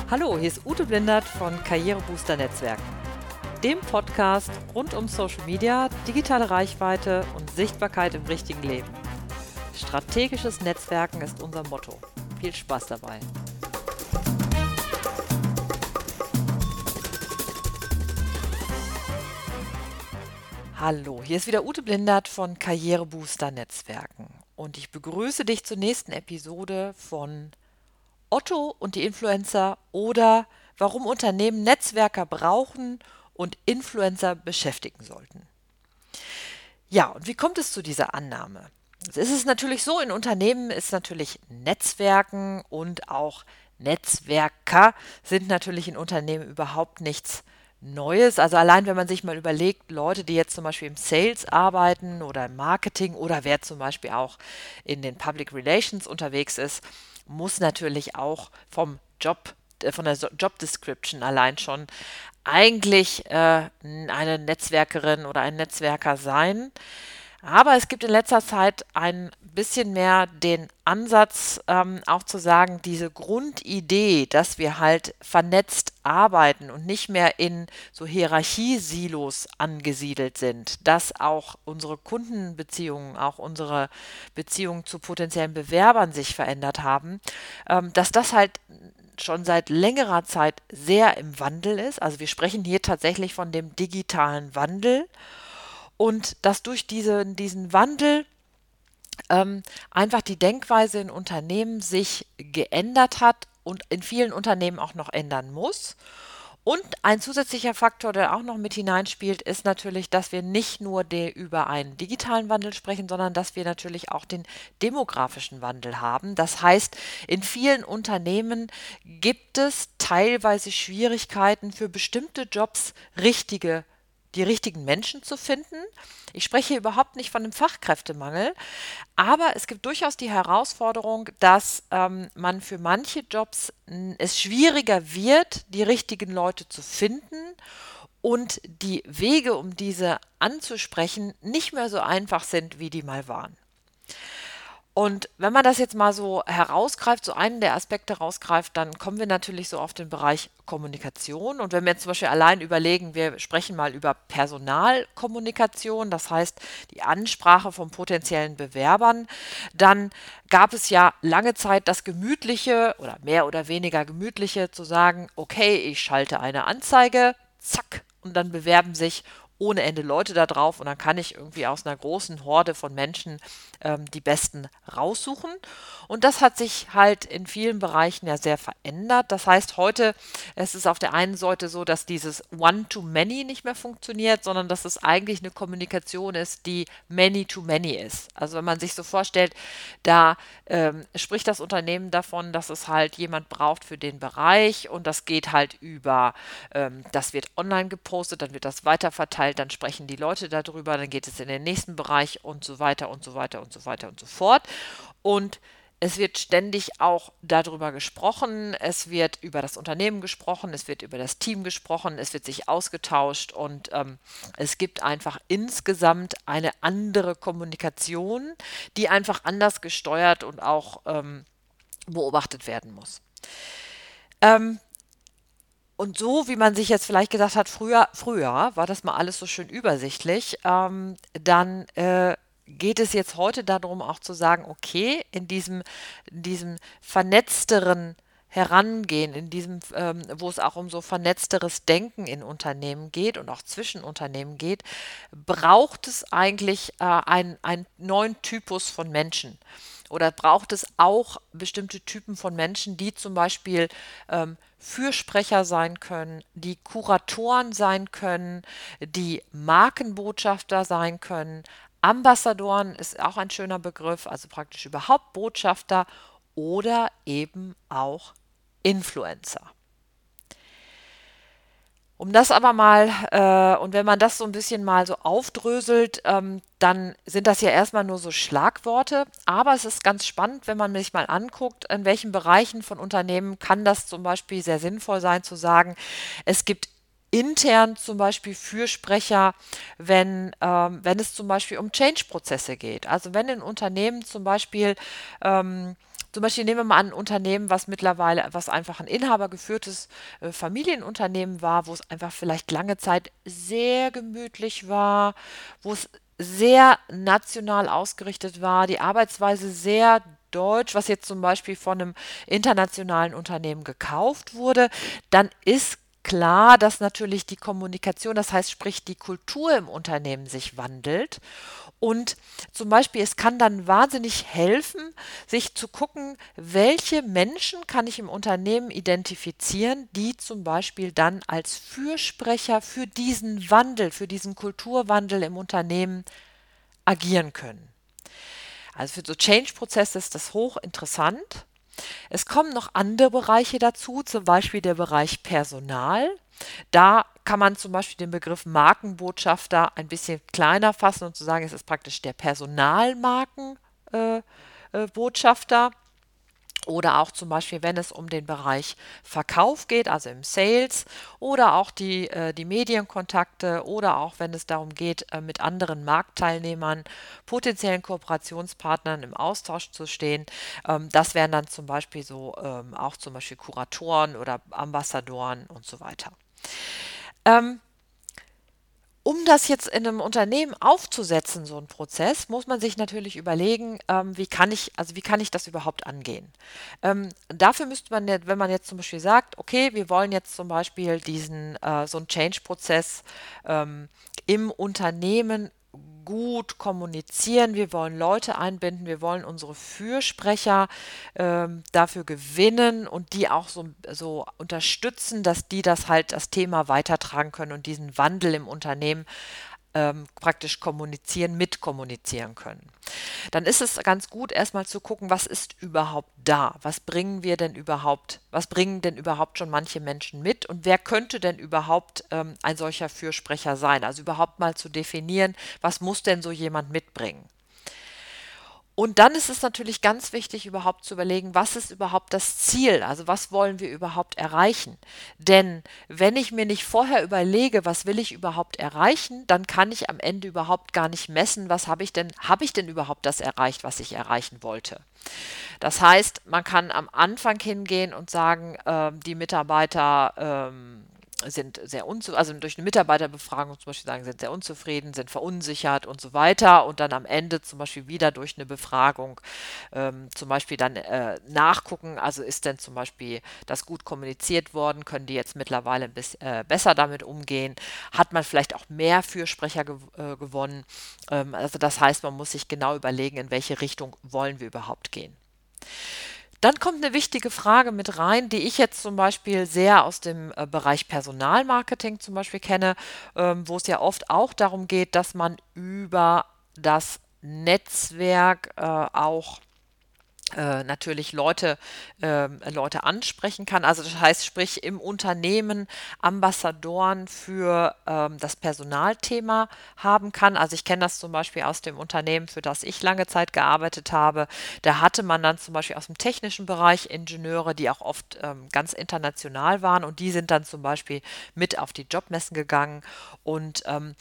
Hallo, hier ist Ute Blindert von Karrierebooster Netzwerken, dem Podcast rund um Social Media, digitale Reichweite und Sichtbarkeit im richtigen Leben. Strategisches Netzwerken ist unser Motto. Viel Spaß dabei. Hallo, hier ist wieder Ute Blindert von Karrierebooster Netzwerken und ich begrüße dich zur nächsten Episode von Otto und die Influencer oder warum Unternehmen Netzwerker brauchen und Influencer beschäftigen sollten. Ja, und wie kommt es zu dieser Annahme? Es ist natürlich so, in Unternehmen ist natürlich Netzwerken und auch Netzwerker sind natürlich in Unternehmen überhaupt nichts Neues. Also allein wenn man sich mal überlegt, Leute, die jetzt zum Beispiel im Sales arbeiten oder im Marketing oder wer zum Beispiel auch in den Public Relations unterwegs ist, muss natürlich auch von der Job Description allein schon eigentlich eine Netzwerkerin oder ein Netzwerker sein. Aber es gibt in letzter Zeit ein bisschen mehr den Ansatz, auch zu sagen, diese Grundidee, dass wir halt vernetzt arbeiten und nicht mehr in so Hierarchiesilos angesiedelt sind, dass auch unsere Kundenbeziehungen, auch unsere Beziehungen zu potenziellen Bewerbern sich verändert haben, dass das halt schon seit längerer Zeit sehr im Wandel ist. Also wir sprechen hier tatsächlich von dem digitalen Wandel und dass durch diesen Wandel einfach die Denkweise in Unternehmen sich geändert hat und in vielen Unternehmen auch noch ändern muss. Und ein zusätzlicher Faktor, der auch noch mit hineinspielt, ist natürlich, dass wir nicht nur über einen digitalen Wandel sprechen, sondern dass wir natürlich auch den demografischen Wandel haben. Das heißt, in vielen Unternehmen gibt es teilweise Schwierigkeiten für bestimmte Jobs die richtigen Menschen zu finden. Ich spreche hier überhaupt nicht von einem Fachkräftemangel, aber es gibt durchaus die Herausforderung, dass man für manche Jobs es schwieriger wird, die richtigen Leute zu finden und die Wege, um diese anzusprechen, nicht mehr so einfach sind, wie die mal waren. Und wenn man das jetzt mal so herausgreift, so einen der Aspekte rausgreift, dann kommen wir natürlich so auf den Bereich Kommunikation. Und wenn wir jetzt zum Beispiel allein überlegen, wir sprechen mal über Personalkommunikation, das heißt die Ansprache von potenziellen Bewerbern, dann gab es ja lange Zeit das Gemütliche oder mehr oder weniger Gemütliche zu sagen, okay, ich schalte eine Anzeige, zack, und dann bewerben sich ohne Ende Leute da drauf und dann kann ich irgendwie aus einer großen Horde von Menschen die Besten raussuchen. Und das hat sich halt in vielen Bereichen ja sehr verändert. Das heißt, heute es ist auf der einen Seite so, dass dieses One-to-Many nicht mehr funktioniert, sondern dass es eigentlich eine Kommunikation ist, die Many-to-Many ist. Also wenn man sich so vorstellt, da spricht das Unternehmen davon, dass es halt jemand braucht für den Bereich und das geht halt das wird online gepostet, dann wird das weiterverteilt, dann sprechen die Leute darüber, dann geht es in den nächsten Bereich und so weiter und so weiter und so weiter und so fort. Und es wird ständig auch darüber gesprochen, es wird über das Unternehmen gesprochen, es wird über das Team gesprochen, es wird sich ausgetauscht und es gibt einfach insgesamt eine andere Kommunikation, die einfach anders gesteuert und auch beobachtet werden muss. Ähm, und so, wie man sich jetzt vielleicht gedacht hat, früher war das mal alles so schön übersichtlich, dann geht es jetzt heute darum, auch zu sagen, okay, in diesem vernetzteren Herangehen, wo es auch um so vernetzteres Denken in Unternehmen geht und auch zwischen Unternehmen geht, braucht es eigentlich einen neuen Typus von Menschen. Oder braucht es auch bestimmte Typen von Menschen, die zum Beispiel Fürsprecher sein können, die Kuratoren sein können, die Markenbotschafter sein können. Ambassadoren ist auch ein schöner Begriff, also praktisch überhaupt Botschafter oder eben auch Influencer. Um das aber mal, und wenn man das so ein bisschen mal so aufdröselt, dann sind das ja erstmal nur so Schlagworte. Aber es ist ganz spannend, wenn man sich mal anguckt, in welchen Bereichen von Unternehmen kann das zum Beispiel sehr sinnvoll sein, zu sagen, es gibt intern zum Beispiel Fürsprecher, wenn es zum Beispiel um Change-Prozesse geht. Also wenn in Unternehmen zum Beispiel Zum Beispiel nehmen wir mal an, ein Unternehmen, was einfach ein inhabergeführtes Familienunternehmen war, wo es einfach vielleicht lange Zeit sehr gemütlich war, wo es sehr national ausgerichtet war, die Arbeitsweise sehr deutsch, was jetzt zum Beispiel von einem internationalen Unternehmen gekauft wurde, dann ist klar, dass natürlich die Kommunikation, das heißt, sprich die Kultur im Unternehmen sich wandelt. Und zum Beispiel, es kann dann wahnsinnig helfen, sich zu gucken, welche Menschen kann ich im Unternehmen identifizieren, die zum Beispiel dann als Fürsprecher für diesen Wandel, für diesen Kulturwandel im Unternehmen agieren können. Also für so Change-Prozesse ist das hochinteressant. Es kommen noch andere Bereiche dazu, zum Beispiel der Bereich Personal. Da kann man zum Beispiel den Begriff Markenbotschafter ein bisschen kleiner fassen und zu sagen, es ist praktisch der Personalmarkenbotschafter. Botschafter. Oder auch zum Beispiel, wenn es um den Bereich Verkauf geht, also im Sales, oder auch die Medienkontakte, oder auch wenn es darum geht, mit anderen Marktteilnehmern, potenziellen Kooperationspartnern im Austausch zu stehen. Das wären dann zum Beispiel so auch zum Beispiel Kuratoren oder Ambassadoren und so weiter. Ähm, Um das jetzt in einem Unternehmen aufzusetzen, so 'n Prozess, muss man sich natürlich überlegen, wie kann ich das überhaupt angehen? Dafür müsste man jetzt, wenn man jetzt zum Beispiel sagt: „Okay, wir wollen jetzt zum Beispiel so 'n Change-Prozess, im Unternehmen gut kommunizieren. Wir wollen Leute einbinden, wir wollen unsere Fürsprecher, dafür gewinnen und die auch so unterstützen, dass die das Thema weitertragen können und diesen Wandel im Unternehmen praktisch mitkommunizieren können. Dann ist es ganz gut, erstmal zu gucken, was ist überhaupt da? Was bringen denn überhaupt schon manche Menschen mit und wer könnte denn überhaupt ein solcher Fürsprecher sein? Also überhaupt mal zu definieren, was muss denn so jemand mitbringen? Und dann ist es natürlich ganz wichtig, überhaupt zu überlegen, was ist überhaupt das Ziel? Also was wollen wir überhaupt erreichen? Denn wenn ich mir nicht vorher überlege, was will ich überhaupt erreichen, dann kann ich am Ende überhaupt gar nicht messen, habe ich denn überhaupt das erreicht, was ich erreichen wollte? Das heißt, man kann am Anfang hingehen und sagen, die Mitarbeiter sind sehr unzufrieden, also durch eine Mitarbeiterbefragung zum Beispiel sagen, sind sehr unzufrieden, sind verunsichert und so weiter und dann am Ende zum Beispiel wieder durch eine Befragung zum Beispiel dann nachgucken, also ist denn zum Beispiel das gut kommuniziert worden, können die jetzt mittlerweile besser damit umgehen, hat man vielleicht auch mehr Fürsprecher gewonnen, also das heißt, man muss sich genau überlegen, in welche Richtung wollen wir überhaupt gehen. Dann kommt eine wichtige Frage mit rein, die ich jetzt zum Beispiel sehr aus dem Bereich Personalmarketing zum Beispiel kenne, wo es ja oft auch darum geht, dass man über das Netzwerk auch natürlich Leute ansprechen kann. Also das heißt, sprich im Unternehmen Ambassadoren für das Personalthema haben kann. Also ich kenne das zum Beispiel aus dem Unternehmen, für das ich lange Zeit gearbeitet habe. Da hatte man dann zum Beispiel aus dem technischen Bereich Ingenieure, die auch oft ganz international waren und die sind dann zum Beispiel mit auf die Jobmessen gegangen und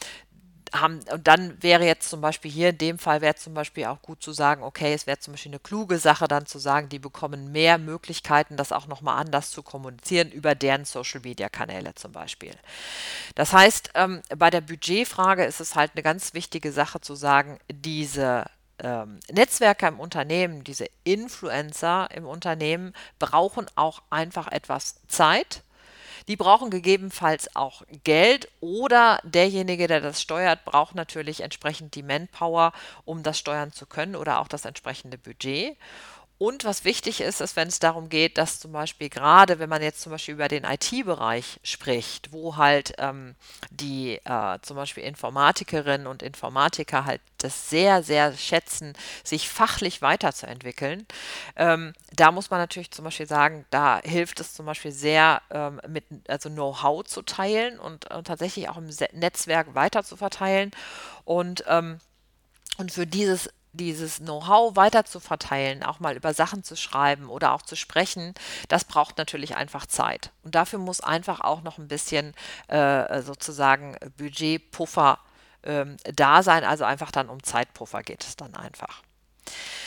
und dann wäre jetzt zum Beispiel hier in dem Fall wäre zum Beispiel auch gut zu sagen, okay, es wäre zum Beispiel eine kluge Sache dann zu sagen, die bekommen mehr Möglichkeiten, das auch nochmal anders zu kommunizieren über deren Social-Media-Kanäle zum Beispiel. Das heißt, bei der Budgetfrage ist es halt eine ganz wichtige Sache zu sagen, diese Netzwerke im Unternehmen, diese Influencer im Unternehmen brauchen auch einfach etwas Zeit. Die brauchen gegebenenfalls auch Geld oder derjenige, der das steuert, braucht natürlich entsprechend die Manpower, um das steuern zu können oder auch das entsprechende Budget. Und was wichtig ist, ist, wenn es darum geht, dass zum Beispiel gerade, wenn man jetzt zum Beispiel über den IT-Bereich spricht, wo halt die zum Beispiel Informatikerinnen und Informatiker halt das sehr, sehr schätzen, sich fachlich weiterzuentwickeln, da muss man natürlich zum Beispiel sagen, da hilft es zum Beispiel sehr, also Know-how zu teilen und tatsächlich auch im Netzwerk weiter zu verteilen. Und und für dieses Know-how weiter zu verteilen, auch mal über Sachen zu schreiben oder auch zu sprechen, das braucht natürlich einfach Zeit. Und dafür muss einfach auch noch ein bisschen sozusagen Budgetpuffer da sein, also einfach dann um Zeitpuffer geht es dann einfach.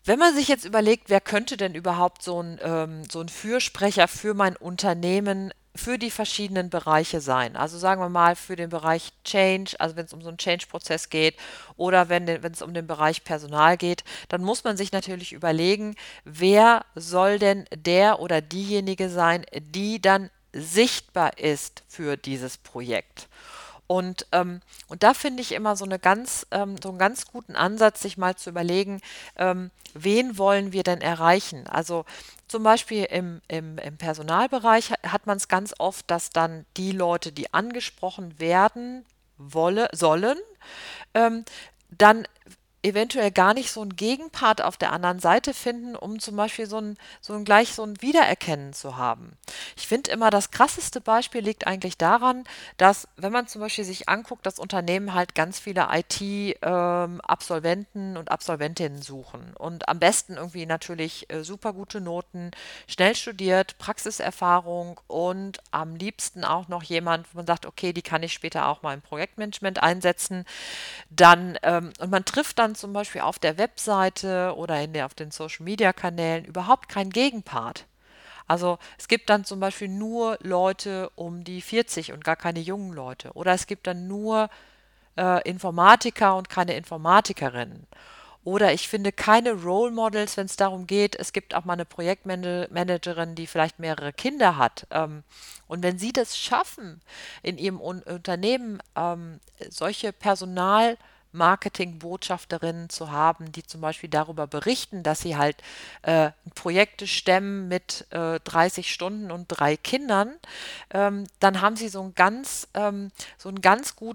Wenn man sich jetzt überlegt, wer könnte denn überhaupt so ein Fürsprecher für mein Unternehmen, für die verschiedenen Bereiche sein? Also sagen wir mal für den Bereich Change, also wenn es um so einen Change-Prozess geht oder wenn es um den Bereich Personal geht, dann muss man sich natürlich überlegen, wer soll denn der oder diejenige sein, die dann sichtbar ist für dieses Projekt. Und da finde ich immer so einen ganz guten Ansatz, sich mal zu überlegen, wen wollen wir denn erreichen? Also zum Beispiel im Personalbereich hat man es ganz oft, dass dann die Leute, die angesprochen werden sollen, ähm, dann eventuell gar nicht so einen Gegenpart auf der anderen Seite finden, um zum Beispiel so ein Wiedererkennen zu haben. Ich finde immer, das krasseste Beispiel liegt eigentlich daran, dass, wenn man zum Beispiel sich anguckt, dass Unternehmen halt ganz viele IT-Absolventen und Absolventinnen suchen und am besten irgendwie natürlich super gute Noten, schnell studiert, Praxiserfahrung und am liebsten auch noch jemand, wo man sagt, okay, die kann ich später auch mal im Projektmanagement einsetzen. Und man trifft dann zum Beispiel auf der Webseite oder auf den Social-Media-Kanälen überhaupt keinen Gegenpart. Also es gibt dann zum Beispiel nur Leute um die 40 und gar keine jungen Leute. Oder es gibt dann nur Informatiker und keine Informatikerinnen. Oder ich finde keine Role Models, wenn es darum geht, es gibt auch mal eine Projektmanagerin, die vielleicht mehrere Kinder hat. Und wenn sie das schaffen, in ihrem Unternehmen solche Personalmarketing-Botschafterinnen zu haben, die zum Beispiel darüber berichten, dass sie halt Projekte stemmen mit 30 Stunden und 3 Kindern, dann haben sie so einen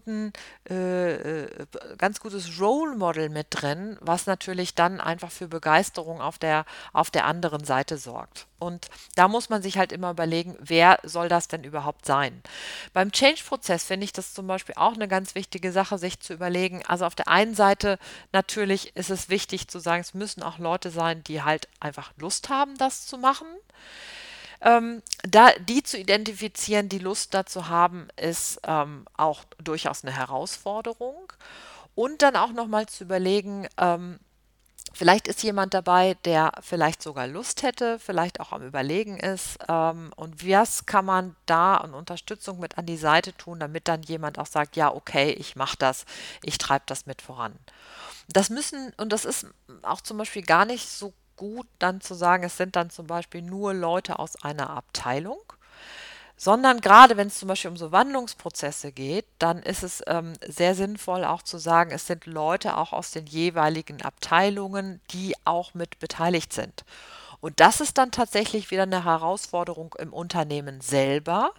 ganz gutes Role Model mit drin, was natürlich dann einfach für Begeisterung auf der anderen Seite sorgt. Und da muss man sich halt immer überlegen, wer soll das denn überhaupt sein? Beim Change-Prozess finde ich das zum Beispiel auch eine ganz wichtige Sache, sich zu überlegen. Also auf der einen Seite natürlich ist es wichtig zu sagen, es müssen auch Leute sein, die halt einfach Lust haben, das zu machen. Da die zu identifizieren, die Lust dazu haben, ist auch durchaus eine Herausforderung. Und dann auch nochmal zu überlegen, vielleicht ist jemand dabei, der vielleicht sogar Lust hätte, vielleicht auch am Überlegen ist. Und was kann man da an Unterstützung mit an die Seite tun, damit dann jemand auch sagt, ja, okay, ich mache das, ich treibe das mit voran. Und das ist auch zum Beispiel gar nicht so gut, dann zu sagen, es sind dann zum Beispiel nur Leute aus einer Abteilung, sondern gerade wenn es zum Beispiel um so Wandlungsprozesse geht, dann ist es sehr sinnvoll auch zu sagen, es sind Leute auch aus den jeweiligen Abteilungen, die auch mit beteiligt sind. Und das ist dann tatsächlich wieder eine Herausforderung im Unternehmen selber,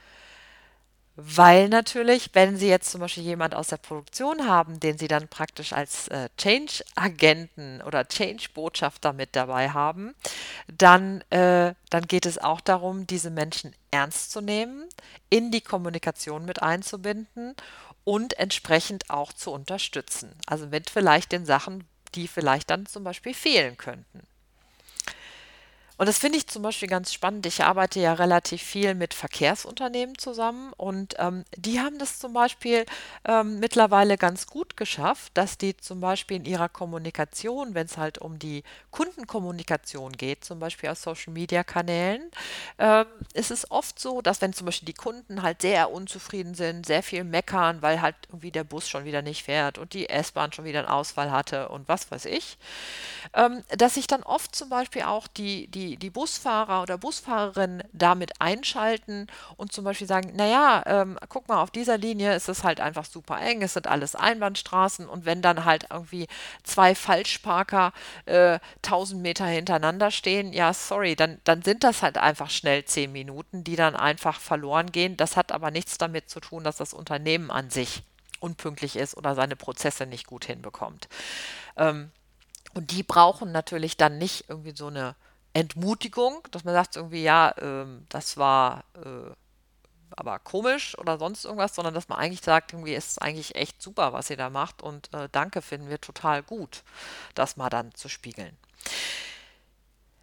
weil natürlich, wenn Sie jetzt zum Beispiel jemand aus der Produktion haben, den Sie dann praktisch als Change-Agenten oder Change-Botschafter mit dabei haben, dann geht es auch darum, diese Menschen ernst zu nehmen, in die Kommunikation mit einzubinden und entsprechend auch zu unterstützen. Also mit vielleicht den Sachen, die vielleicht dann zum Beispiel fehlen könnten. Und das finde ich zum Beispiel ganz spannend. Ich arbeite ja relativ viel mit Verkehrsunternehmen zusammen und die haben das zum Beispiel mittlerweile ganz gut geschafft, dass die zum Beispiel in ihrer Kommunikation, wenn es halt um die Kundenkommunikation geht, zum Beispiel aus Social-Media-Kanälen, ist es oft so, dass wenn zum Beispiel die Kunden halt sehr unzufrieden sind, sehr viel meckern, weil halt irgendwie der Bus schon wieder nicht fährt und die S-Bahn schon wieder einen Ausfall hatte und was weiß ich, dass sich dann oft zum Beispiel auch die Busfahrer oder Busfahrerinnen damit einschalten und zum Beispiel sagen, naja, guck mal, auf dieser Linie ist es halt einfach super eng, es sind alles Einbahnstraßen und wenn dann halt irgendwie zwei Falschparker 1.000 Meter hintereinander stehen, ja, sorry, dann sind das halt einfach schnell 10 Minuten, die dann einfach verloren gehen. Das hat aber nichts damit zu tun, dass das Unternehmen an sich unpünktlich ist oder seine Prozesse nicht gut hinbekommt. Ähm, und die brauchen natürlich dann nicht irgendwie so eine Entmutigung, dass man sagt irgendwie, ja, das war aber komisch oder sonst irgendwas, sondern dass man eigentlich sagt, irgendwie ist es eigentlich echt super, was ihr da macht und danke, finden wir total gut, das mal dann zu spiegeln.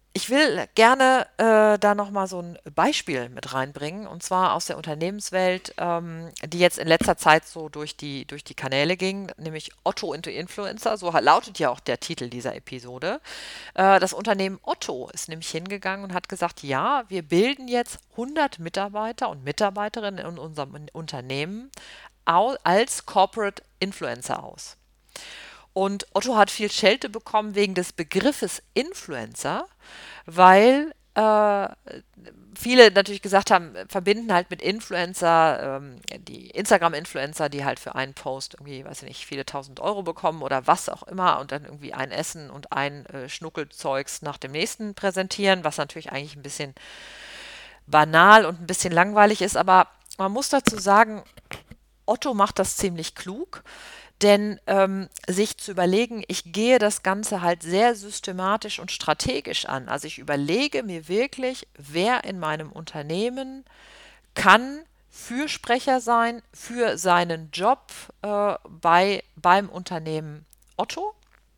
Ich will gerne da nochmal so ein Beispiel mit reinbringen, und zwar aus der Unternehmenswelt, die jetzt in letzter Zeit so durch die Kanäle ging, nämlich Otto into Influencer, so lautet ja auch der Titel dieser Episode. Das Unternehmen Otto ist nämlich hingegangen und hat gesagt, ja, wir bilden jetzt 100 Mitarbeiter und Mitarbeiterinnen in unserem Unternehmen als Corporate Influencer aus. Und Otto hat viel Schelte bekommen wegen des Begriffes Influencer, weil viele natürlich gesagt haben, verbinden halt mit Influencer, die Instagram-Influencer, die halt für einen Post irgendwie, weiß ich nicht, viele tausend Euro bekommen oder was auch immer und dann irgendwie ein Essen und ein Schnuckelzeugs nach dem nächsten präsentieren, was natürlich eigentlich ein bisschen banal und ein bisschen langweilig ist, aber man muss dazu sagen, Otto macht das ziemlich klug, denn sich zu überlegen, ich gehe das Ganze halt sehr systematisch und strategisch an. Also ich überlege mir wirklich, wer in meinem Unternehmen kann Fürsprecher sein für seinen Job beim Unternehmen Otto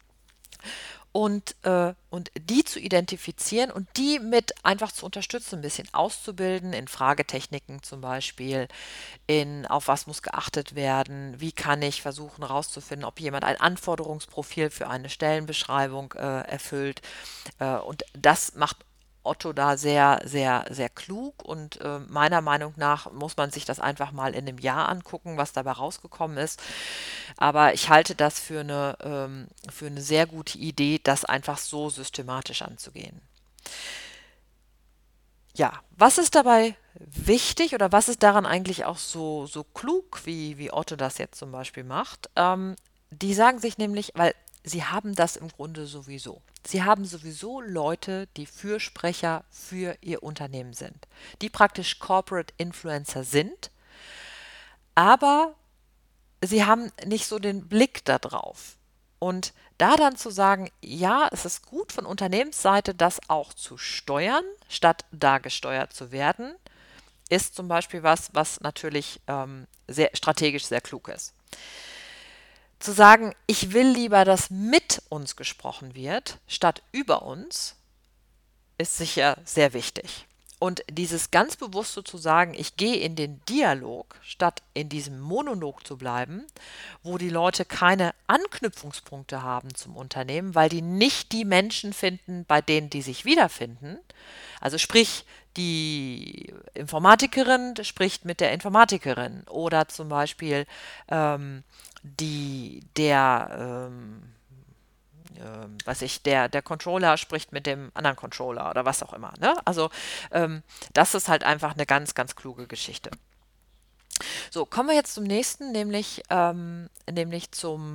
und die zu identifizieren und die mit einfach zu unterstützen, ein bisschen auszubilden, in Fragetechniken zum Beispiel, in auf was muss geachtet werden, wie kann ich versuchen herauszufinden, ob jemand ein Anforderungsprofil für eine Stellenbeschreibung erfüllt. Und das macht Otto da sehr, sehr, sehr klug und meiner Meinung nach muss man sich das einfach mal in einem Jahr angucken, was dabei rausgekommen ist. Aber ich halte das für eine sehr gute Idee, das einfach so systematisch anzugehen. Ja, was ist dabei wichtig oder was ist daran eigentlich auch so klug, wie Otto das jetzt zum Beispiel macht? Die sagen sich nämlich, weil sie haben das im Grunde sowieso. Sie haben sowieso Leute, die Fürsprecher für ihr Unternehmen sind, die praktisch Corporate Influencer sind, aber sie haben nicht so den Blick da drauf. Und da dann zu sagen, ja, es ist gut von Unternehmensseite, das auch zu steuern, statt da gesteuert zu werden, ist zum Beispiel was natürlich sehr strategisch sehr klug ist. Zu sagen, ich will lieber, dass mit uns gesprochen wird, statt über uns, ist sicher sehr wichtig. Und dieses ganz bewusste zu sagen, ich gehe in den Dialog, statt in diesem Monolog zu bleiben, wo die Leute keine Anknüpfungspunkte haben zum Unternehmen, weil die nicht die Menschen finden, bei denen die sich wiederfinden. Also sprich, die Informatikerin spricht mit der Informatikerin oder zum Beispiel der der Controller spricht mit dem anderen Controller oder was auch immer. Ne? Also das ist halt einfach eine ganz, ganz kluge Geschichte. So, kommen wir jetzt zum nächsten, nämlich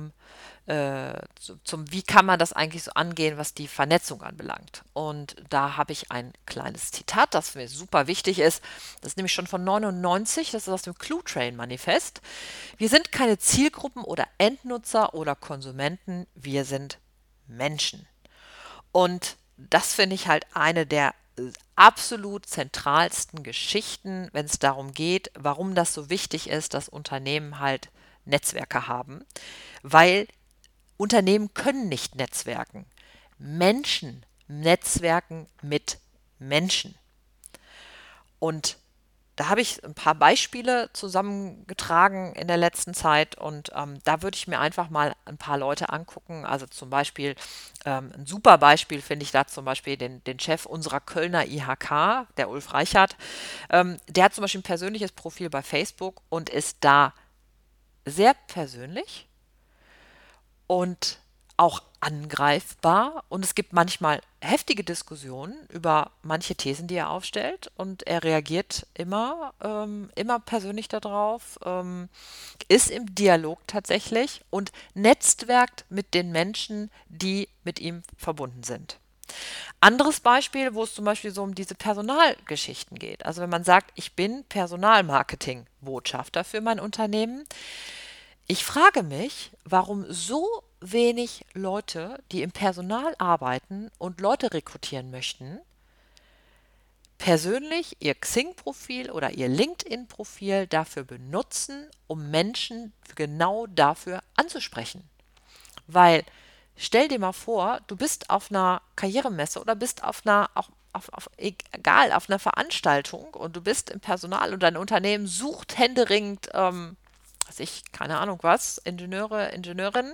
zum, wie kann man das eigentlich so angehen, was die Vernetzung anbelangt. Und da habe ich ein kleines Zitat, das mir super wichtig ist. Das ist nämlich schon von 99, das ist aus dem Clue Train Manifest. Wir sind keine Zielgruppen oder Endnutzer oder Konsumenten, wir sind Menschen. Und das finde ich halt eine der absolut zentralsten Geschichten, wenn es darum geht, warum das so wichtig ist, dass Unternehmen halt Netzwerke haben. Weil Unternehmen können nicht netzwerken. Menschen netzwerken mit Menschen. Und da habe ich ein paar Beispiele zusammengetragen in der letzten Zeit und da würde ich mir einfach mal ein paar Leute angucken. Also zum Beispiel, ein super Beispiel finde ich da zum Beispiel den Chef unserer Kölner IHK, der Ulf Reichert. Der hat zum Beispiel ein persönliches Profil bei Facebook und ist da sehr persönlich und auch angreifbar. Und es gibt manchmal heftige Diskussionen über manche Thesen, die er aufstellt. Und er reagiert immer persönlich darauf, ist im Dialog tatsächlich und netzwerkt mit den Menschen, die mit ihm verbunden sind. Anderes Beispiel, wo es zum Beispiel so um diese Personalgeschichten geht. Also wenn man sagt, ich bin Personalmarketing-Botschafter für mein Unternehmen, ich frage mich, warum so wenig Leute, die im Personal arbeiten und Leute rekrutieren möchten, persönlich ihr Xing-Profil oder ihr LinkedIn-Profil dafür benutzen, um Menschen genau dafür anzusprechen. Weil stell dir mal vor, du bist auf einer Karrieremesse oder bist auf einer, auch egal, auf einer Veranstaltung und du bist im Personal und dein Unternehmen sucht händeringend, weiß ich, keine Ahnung was, Ingenieure, Ingenieurinnen.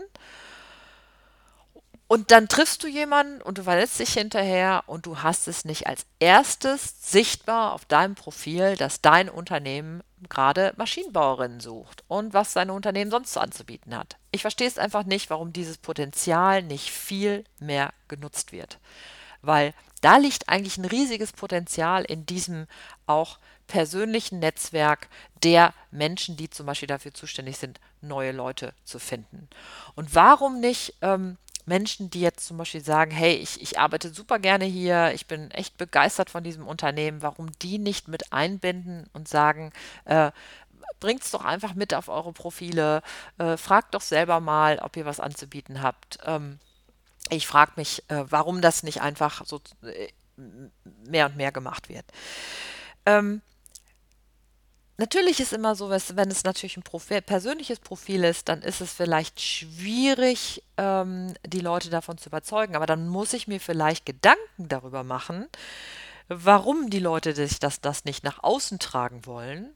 Und dann triffst du jemanden und du verletzt dich hinterher und du hast es nicht als erstes sichtbar auf deinem Profil, dass dein Unternehmen gerade Maschinenbauerinnen sucht und was dein Unternehmen sonst so anzubieten hat. Ich verstehe es einfach nicht, warum dieses Potenzial nicht viel mehr genutzt wird. Weil da liegt eigentlich ein riesiges Potenzial in diesem auch persönlichen Netzwerk der Menschen, die zum Beispiel dafür zuständig sind, neue Leute zu finden. Und warum nicht Menschen, die jetzt zum Beispiel sagen, hey, ich arbeite super gerne hier, ich bin echt begeistert von diesem Unternehmen, warum die nicht mit einbinden und sagen, äh, bringt es doch einfach mit auf eure Profile, fragt doch selber mal, ob ihr was anzubieten habt. Ich frage mich, warum das nicht einfach so mehr und mehr gemacht wird. Ähm, Natürlich ist immer so, wenn es natürlich ein persönliches Profil ist, dann ist es vielleicht schwierig, die Leute davon zu überzeugen. Aber dann muss ich mir vielleicht Gedanken darüber machen, warum die Leute sich das nicht nach außen tragen wollen.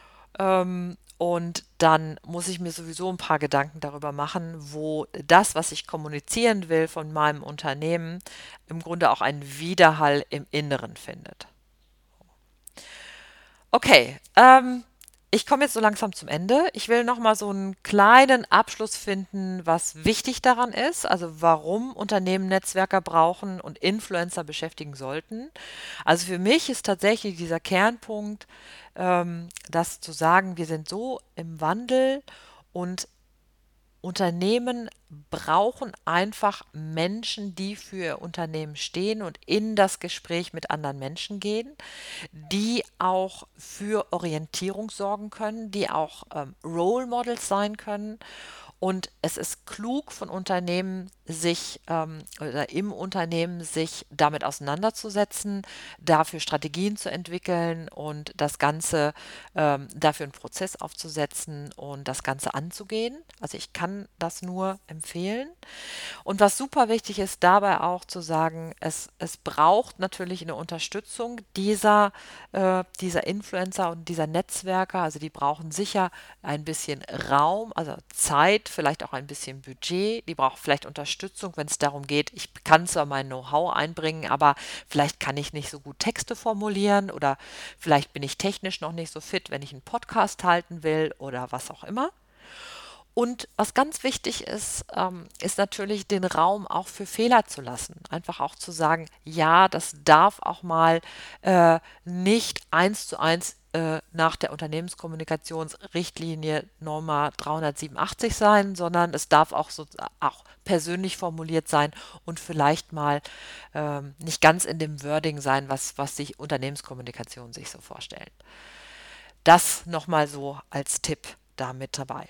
Und dann muss ich mir sowieso ein paar Gedanken darüber machen, wo das, was ich kommunizieren will von meinem Unternehmen, im Grunde auch einen Widerhall im Inneren findet. Okay, ich komme jetzt so langsam zum Ende. Ich will noch mal so einen kleinen Abschluss finden, was wichtig daran ist, also warum Unternehmen Netzwerker brauchen und Influencer beschäftigen sollten. Also für mich ist tatsächlich dieser Kernpunkt, das zu sagen, wir sind so im Wandel und Unternehmen brauchen einfach Menschen, die für ihr Unternehmen stehen und in das Gespräch mit anderen Menschen gehen, die auch für Orientierung sorgen können, die auch Role Models sein können. Und es ist klug von Unternehmen, sich oder im Unternehmen sich damit auseinanderzusetzen, dafür Strategien zu entwickeln und das Ganze dafür einen Prozess aufzusetzen und das Ganze anzugehen. Also ich kann das nur empfehlen. Und was super wichtig ist, dabei auch zu sagen, es braucht natürlich eine Unterstützung dieser Influencer und dieser Netzwerker. Also die brauchen sicher ein bisschen Raum, also Zeit, vielleicht auch ein bisschen Budget. Die brauchen vielleicht Unterstützung, wenn es darum geht, ich kann zwar mein Know-how einbringen, aber vielleicht kann ich nicht so gut Texte formulieren oder vielleicht bin ich technisch noch nicht so fit, wenn ich einen Podcast halten will oder was auch immer. Und was ganz wichtig ist, ist natürlich den Raum auch für Fehler zu lassen. Einfach auch zu sagen, ja, das darf auch mal nicht eins zu eins nach der Unternehmenskommunikationsrichtlinie Norma 387 sein, sondern es darf auch so auch persönlich formuliert sein und vielleicht mal nicht ganz in dem Wording sein, was sich Unternehmenskommunikation sich so vorstellen. Das nochmal so als Tipp da mit dabei.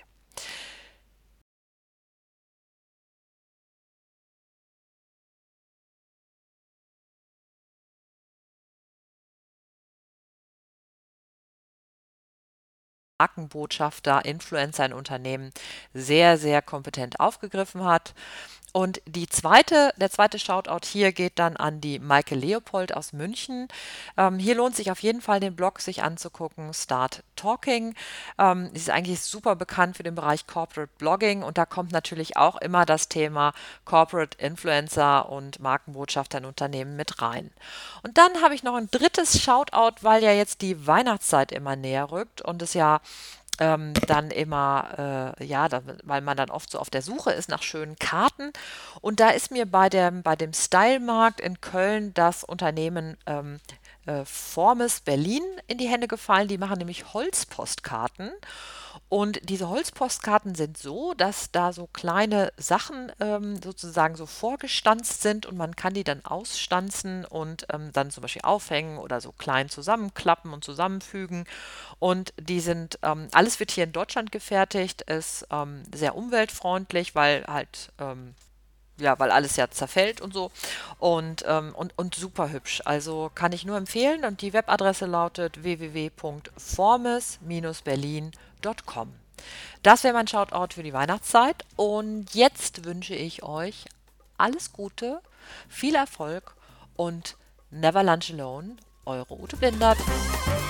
Markenbotschafter, Influencer in Unternehmen sehr, sehr kompetent aufgegriffen hat. Und der zweite Shoutout hier geht dann an die Maike Leopold aus München. Hier lohnt sich auf jeden Fall den Blog sich anzugucken, Start Talking. Sie ist eigentlich super bekannt für den Bereich Corporate Blogging und da kommt natürlich auch immer das Thema Corporate Influencer und Markenbotschafter in Unternehmen mit rein. Und dann habe ich noch ein drittes Shoutout, weil ja jetzt die Weihnachtszeit immer näher rückt und es ja dann immer, ja, weil man dann oft so auf der Suche ist nach schönen Karten. Und da ist mir bei dem Style-Markt in Köln das Unternehmen Formes Berlin in die Hände gefallen. Die machen nämlich Holzpostkarten. Und diese Holzpostkarten sind so, dass da so kleine Sachen sozusagen so vorgestanzt sind und man kann die dann ausstanzen und dann zum Beispiel aufhängen oder so klein zusammenklappen und zusammenfügen. Und die sind, alles wird hier in Deutschland gefertigt, ist sehr umweltfreundlich, weil halt ja, weil alles ja zerfällt und so und super hübsch. Also kann ich nur empfehlen und die Webadresse lautet www.formes-berlin.com. Das wäre mein Shoutout für die Weihnachtszeit und jetzt wünsche ich euch alles Gute, viel Erfolg und never lunch alone. Eure Ute Blindert.